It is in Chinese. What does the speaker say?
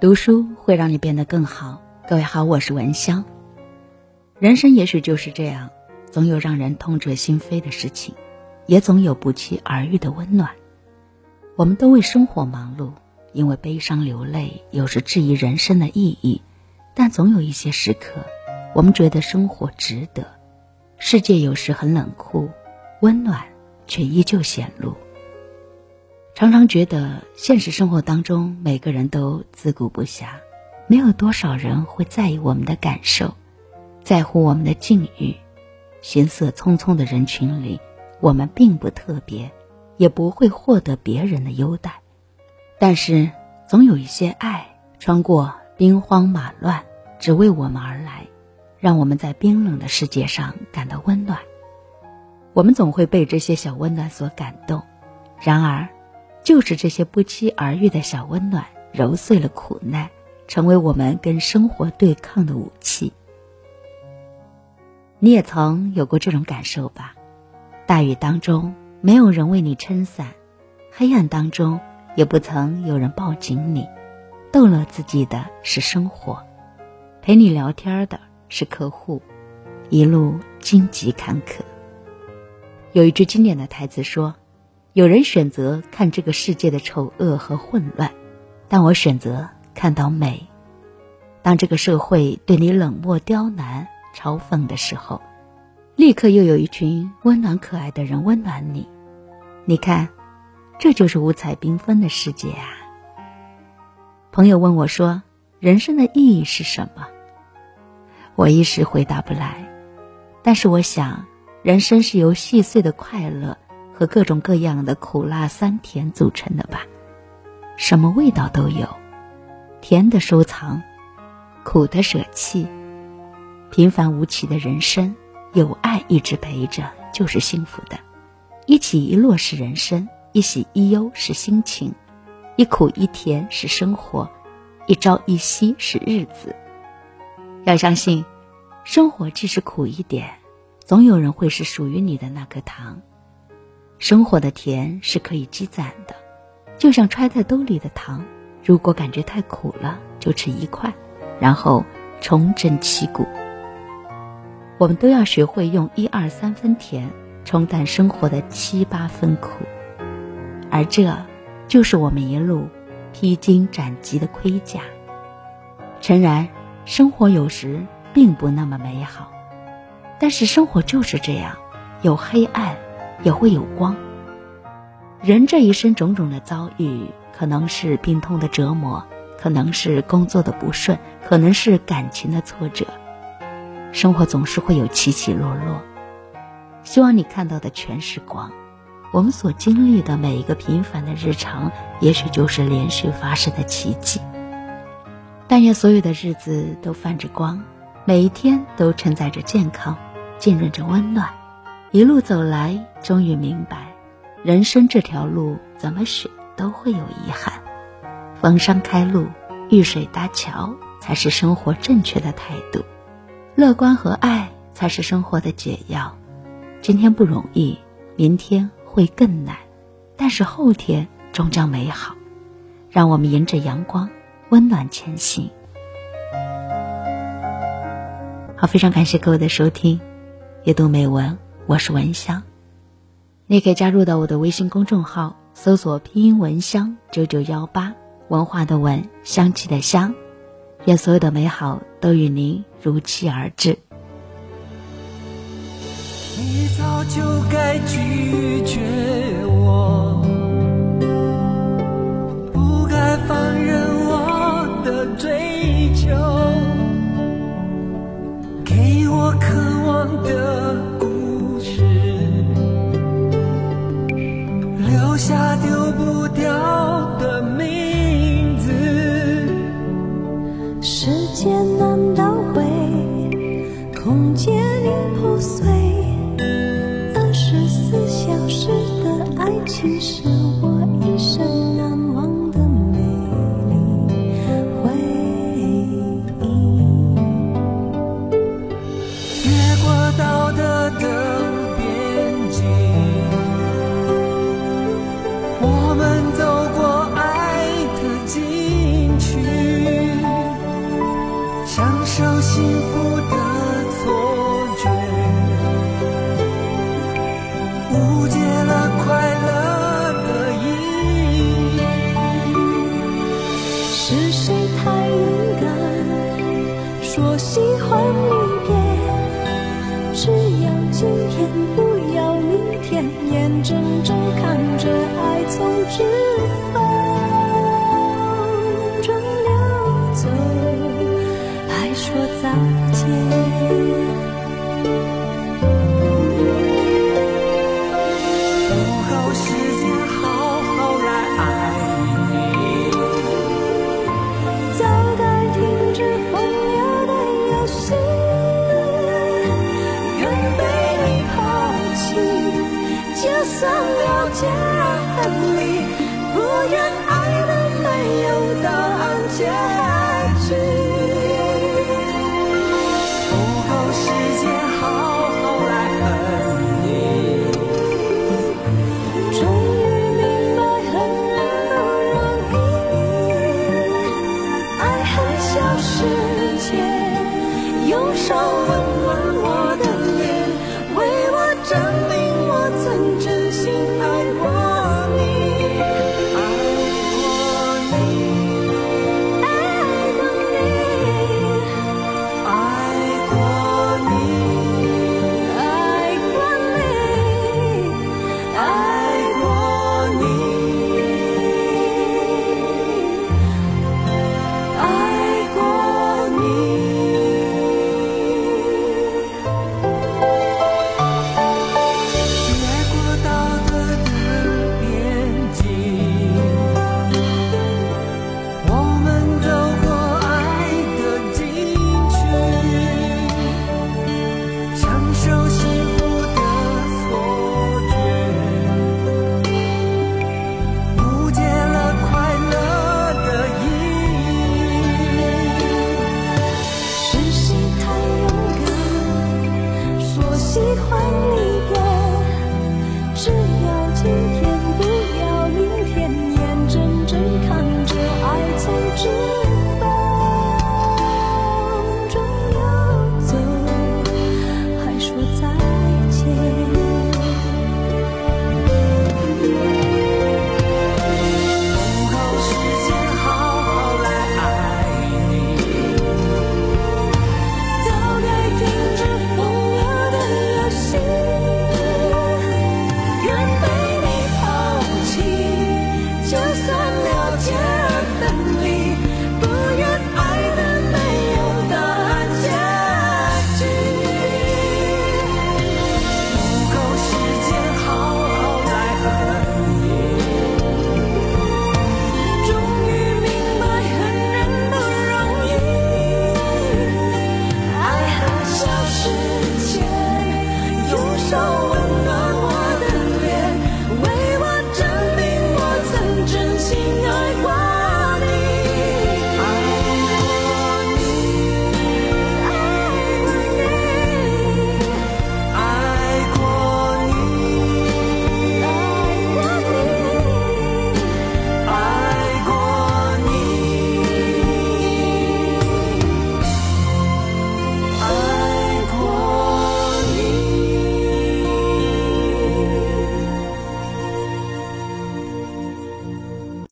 读书会让你变得更好。各位好，我是文香。人生也许就是这样，总有让人痛彻心扉的事情，也总有不期而遇的温暖。我们都为生活忙碌，因为悲伤流泪，有时质疑人生的意义，但总有一些时刻，我们觉得生活值得。世界有时很冷酷，温暖却依旧显露。常常觉得现实生活当中每个人都自顾不暇，没有多少人会在意我们的感受，在乎我们的境遇。行色匆匆的人群里，我们并不特别，也不会获得别人的优待。但是总有一些爱穿过兵荒马乱，只为我们而来，让我们在冰冷的世界上感到温暖。我们总会被这些小温暖所感动，然而就是这些不期而遇的小温暖，揉碎了苦难，成为我们跟生活对抗的武器。你也曾有过这种感受吧？大雨当中没有人为你撑伞，黑暗当中也不曾有人抱紧你，逗乐自己的是生活，陪你聊天的是客户，一路荆棘坎坷。有一句经典的台词说，有人选择看这个世界的丑恶和混乱，但我选择看到美。当这个社会对你冷漠刁难嘲讽的时候，立刻又有一群温暖可爱的人温暖你。你看，这就是五彩缤纷的世界啊。朋友问我说，人生的意义是什么？我一时回答不来，但是我想，人生是由细碎的快乐和各种各样的苦辣酸甜组成的吧。什么味道都有，甜的收藏，苦的舍弃。平凡无奇的人生，有爱一直陪着就是幸福的。一起一落是人生，一喜一忧是心情，一苦一甜是生活，一朝一夕是日子。要相信，生活即使苦一点，总有人会是属于你的那颗糖。生活的甜是可以积攒的，就像揣在兜里的糖，如果感觉太苦了，就吃一块，然后重整旗鼓。我们都要学会用1、2、3分甜冲淡生活的7、8分苦，而这就是我们一路披荆斩棘的盔甲。诚然，生活有时并不那么美好，但是生活就是这样，有黑暗也会有光。人这一生种种的遭遇，可能是病痛的折磨，可能是工作的不顺，可能是感情的挫折。生活总是会有起起落落，希望你看到的全是光。我们所经历的每一个平凡的日常，也许就是连续发生的奇迹。但愿所有的日子都泛着光，每一天都承载着健康，浸润着温暖。一路走来，终于明白，人生这条路怎么选都会有遗憾。逢山开路，遇水搭桥，才是生活正确的态度。乐观和爱才是生活的解药。今天不容易，明天会更难，但是后天终将美好。让我们迎着阳光温暖前行。好，非常感谢各位的收听，阅读美文，我是文香。你可以加入到我的微信公众号，搜索拼音文香9918，文化的文，香气的香。愿所有的美好都与您如期而至。 你早就该拒绝我，不该放任我的追求，给我渴望的故事，留下丢不掉的名字。 时间难倒回，空间已破碎，24小时的幸福的错觉，误解了快乐的意义。 是谁太勇敢，说喜欢离别？只要今天，不要明天，眼睁睁看着爱从指缝中流走，还说再见。 不够时间好好来爱你， 早该停止风流的游戏，愿被你抛弃，就算了解恨你，不愿爱的没有答案结局。 不够时间好好来恨你， 终于明白很不容易，爱恨消失前，忧伤温暖我的